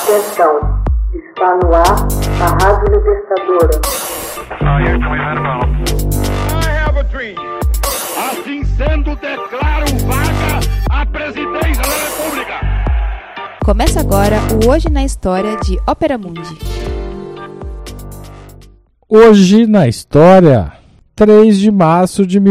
Atenção, está no ar a Rádio Libertadora. Assim sendo, declaro vaga a presidência da República. Começa agora o Hoje na História de Ópera Mundi. Hoje na História, 3 de março de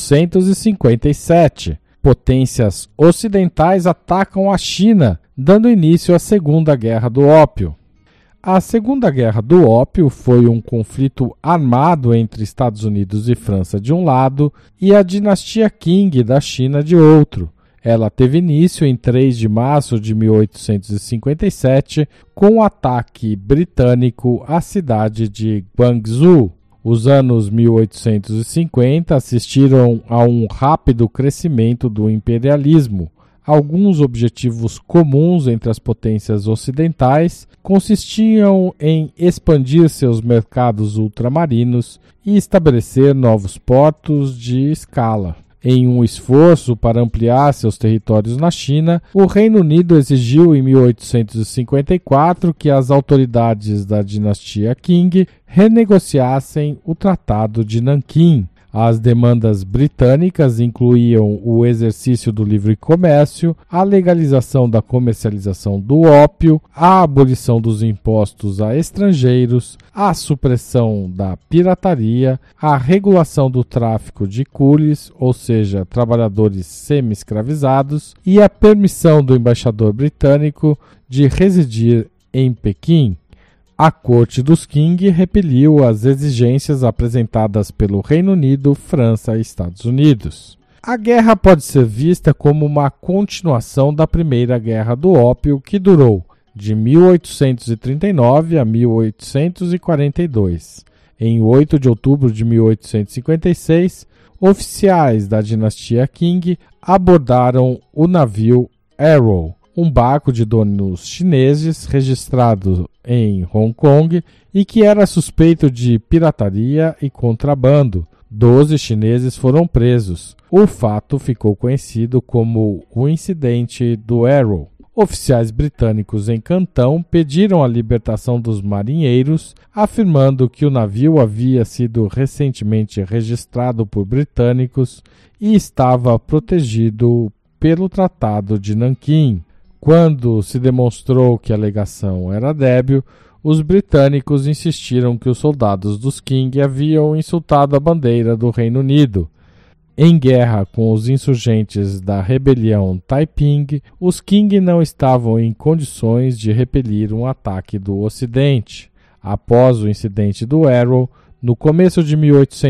1857. Potências ocidentais atacam a China, dando início à Segunda Guerra do Ópio. A Segunda Guerra do Ópio foi um conflito armado entre Estados Unidos e França de um lado e a dinastia Qing da China de outro. Ela teve início em 3 de março de 1857 com o ataque britânico à cidade de Guangzhou. Os anos 1850 assistiram a um rápido crescimento do imperialismo. Alguns objetivos comuns entre as potências ocidentais consistiam em expandir seus mercados ultramarinos e estabelecer novos portos de escala. Em um esforço para ampliar seus territórios na China, o Reino Unido exigiu em 1854 que as autoridades da dinastia Qing renegociassem o Tratado de Nanquim. As demandas britânicas incluíam o exercício do livre comércio, a legalização da comercialização do ópio, a abolição dos impostos a estrangeiros, a supressão da pirataria, a regulação do tráfico de coolies, ou seja, trabalhadores semi-escravizados, e a permissão do embaixador britânico de residir em Pequim. A corte dos Qing repeliu as exigências apresentadas pelo Reino Unido, França e Estados Unidos. A guerra pode ser vista como uma continuação da Primeira Guerra do Ópio, que durou de 1839 a 1842. Em 8 de outubro de 1856, oficiais da dinastia Qing abordaram o navio Arrow, um barco de donos chineses registrado em Hong Kong e que era suspeito de pirataria e contrabando. 12 chineses foram presos. O fato ficou conhecido como o incidente do Arrow. Oficiais britânicos em Cantão pediram a libertação dos marinheiros, afirmando que o navio havia sido recentemente registrado por britânicos e estava protegido pelo Tratado de Nanquim. Quando se demonstrou que a alegação era débil, os britânicos insistiram que os soldados dos Qing haviam insultado a bandeira do Reino Unido. Em guerra com os insurgentes da rebelião Taiping, os Qing não estavam em condições de repelir um ataque do Ocidente. Após o incidente do Arrow, no começo de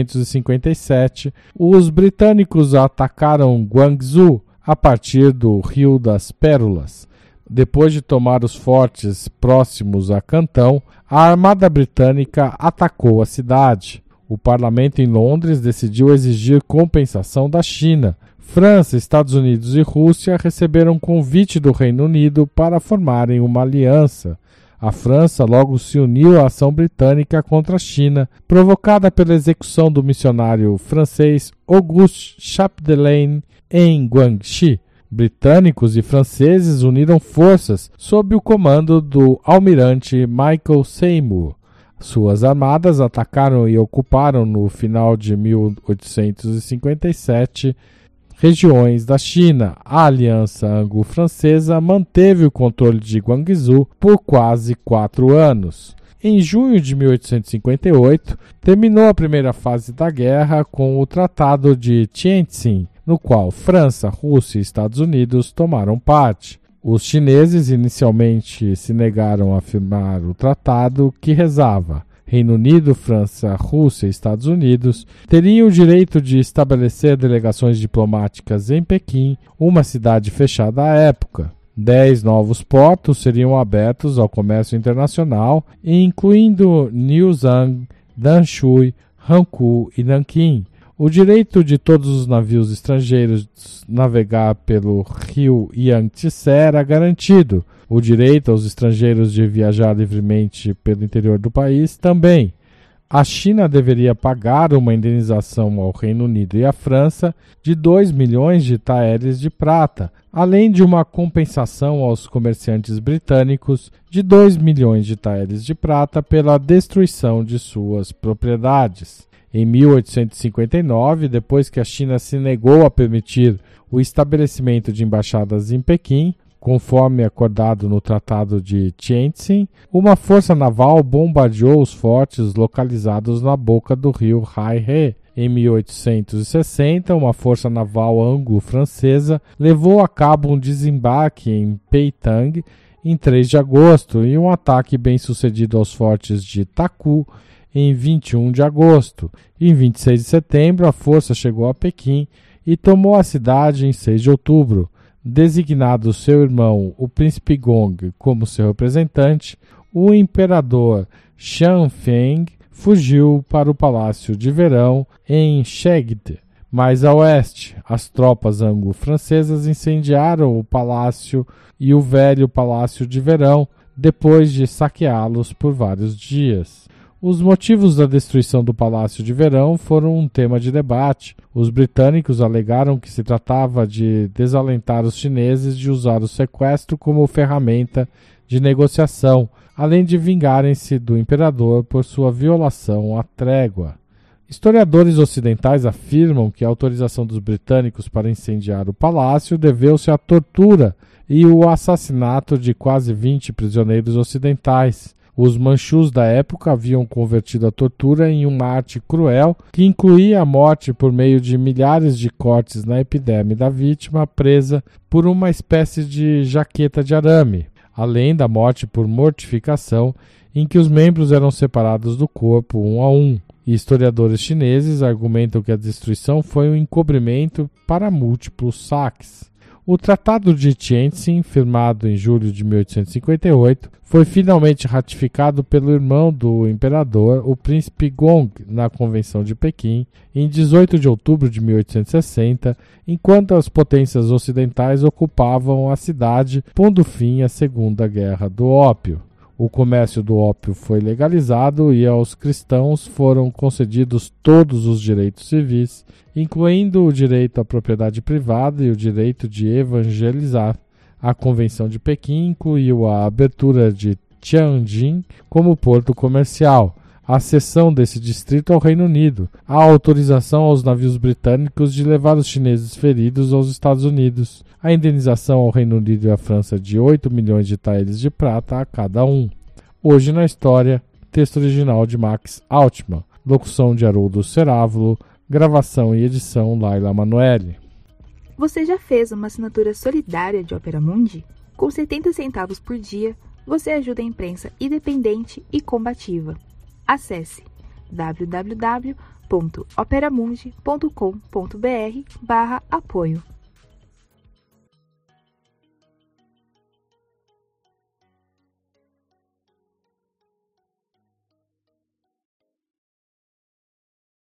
1857, os britânicos atacaram Guangzhou a partir do Rio das Pérolas. Depois de tomar os fortes próximos a Cantão, a Armada Britânica atacou a cidade. O parlamento em Londres decidiu exigir compensação da China. França, Estados Unidos e Rússia receberam convite do Reino Unido para formarem uma aliança. A França logo se uniu à ação britânica contra a China, provocada pela execução do missionário francês Auguste Chapdelaine em Guangxi. Britânicos e franceses uniram forças sob o comando do almirante Michael Seymour. Suas armadas atacaram e ocuparam no final de 1857 regiões da China. A aliança anglo-francesa manteve o controle de Guangzhou por quase 4 anos. Em junho de 1858, terminou a primeira fase da guerra com o Tratado de Tientsin, no qual França, Rússia e Estados Unidos tomaram parte. Os chineses inicialmente se negaram a firmar o tratado, que rezava: Reino Unido, França, Rússia e Estados Unidos teriam o direito de estabelecer delegações diplomáticas em Pequim, uma cidade fechada à época. 10 novos portos seriam abertos ao comércio internacional, incluindo Niuzhang, Danshui, Hankou e Nanquim. O direito de todos os navios estrangeiros navegar pelo rio Yangtze era garantido. O direito aos estrangeiros de viajar livremente pelo interior do país também. A China deveria pagar uma indenização ao Reino Unido e à França de 2 milhões de taeles de prata, além de uma compensação aos comerciantes britânicos de 2 milhões de taeles de prata pela destruição de suas propriedades. Em 1859, depois que a China se negou a permitir o estabelecimento de embaixadas em Pequim, conforme acordado no Tratado de Tientsin, uma força naval bombardeou os fortes localizados na boca do rio Hai-he. Em 1860, uma força naval anglo-francesa levou a cabo um desembarque em Peitang em 3 de agosto e um ataque bem-sucedido aos fortes de Taku em 21 de agosto. Em 26 de setembro, a força chegou a Pequim e tomou a cidade em 6 de outubro. Designado seu irmão, o príncipe Gong, como seu representante, o imperador Xianfeng fugiu para o Palácio de Verão em Chengde. Mais a oeste, as tropas anglo-francesas incendiaram o palácio e o velho Palácio de Verão, depois de saqueá-los por vários dias. Os motivos da destruição do Palácio de Verão foram um tema de debate. Os britânicos alegaram que se tratava de desalentar os chineses de usar o sequestro como ferramenta de negociação, além de vingarem-se do imperador por sua violação à trégua. Historiadores ocidentais afirmam que a autorização dos britânicos para incendiar o palácio deveu-se à tortura e o assassinato de quase 20 prisioneiros ocidentais. Os manchus da época haviam convertido a tortura em uma arte cruel que incluía a morte por meio de milhares de cortes na epiderme da vítima presa por uma espécie de jaqueta de arame, além da morte por mortificação, em que os membros eram separados do corpo um a um. E historiadores chineses argumentam que a destruição foi um encobrimento para múltiplos saques. O Tratado de Tientsin, firmado em julho de 1858, foi finalmente ratificado pelo irmão do imperador, o príncipe Gong, na Convenção de Pequim, em 18 de outubro de 1860, enquanto as potências ocidentais ocupavam a cidade, pondo fim à Segunda Guerra do Ópio. O comércio do ópio foi legalizado e aos cristãos foram concedidos todos os direitos civis, incluindo o direito à propriedade privada e o direito de evangelizar. A Convenção de Pequim incluiu a abertura de Tianjin como porto comercial, a cessão desse distrito ao Reino Unido, a autorização aos navios britânicos de levar os chineses feridos aos Estados Unidos, a indenização ao Reino Unido e à França de 8 milhões de taeles de prata a cada um. Hoje na História, texto original de Max Altman, locução de Haroldo Cerávulo, gravação e edição Laila Manoeli. Você já fez uma assinatura solidária de Opera Mundi? Com 70 centavos por dia, você ajuda a imprensa independente e combativa. Acesse www.operamundi.com.br/apoio.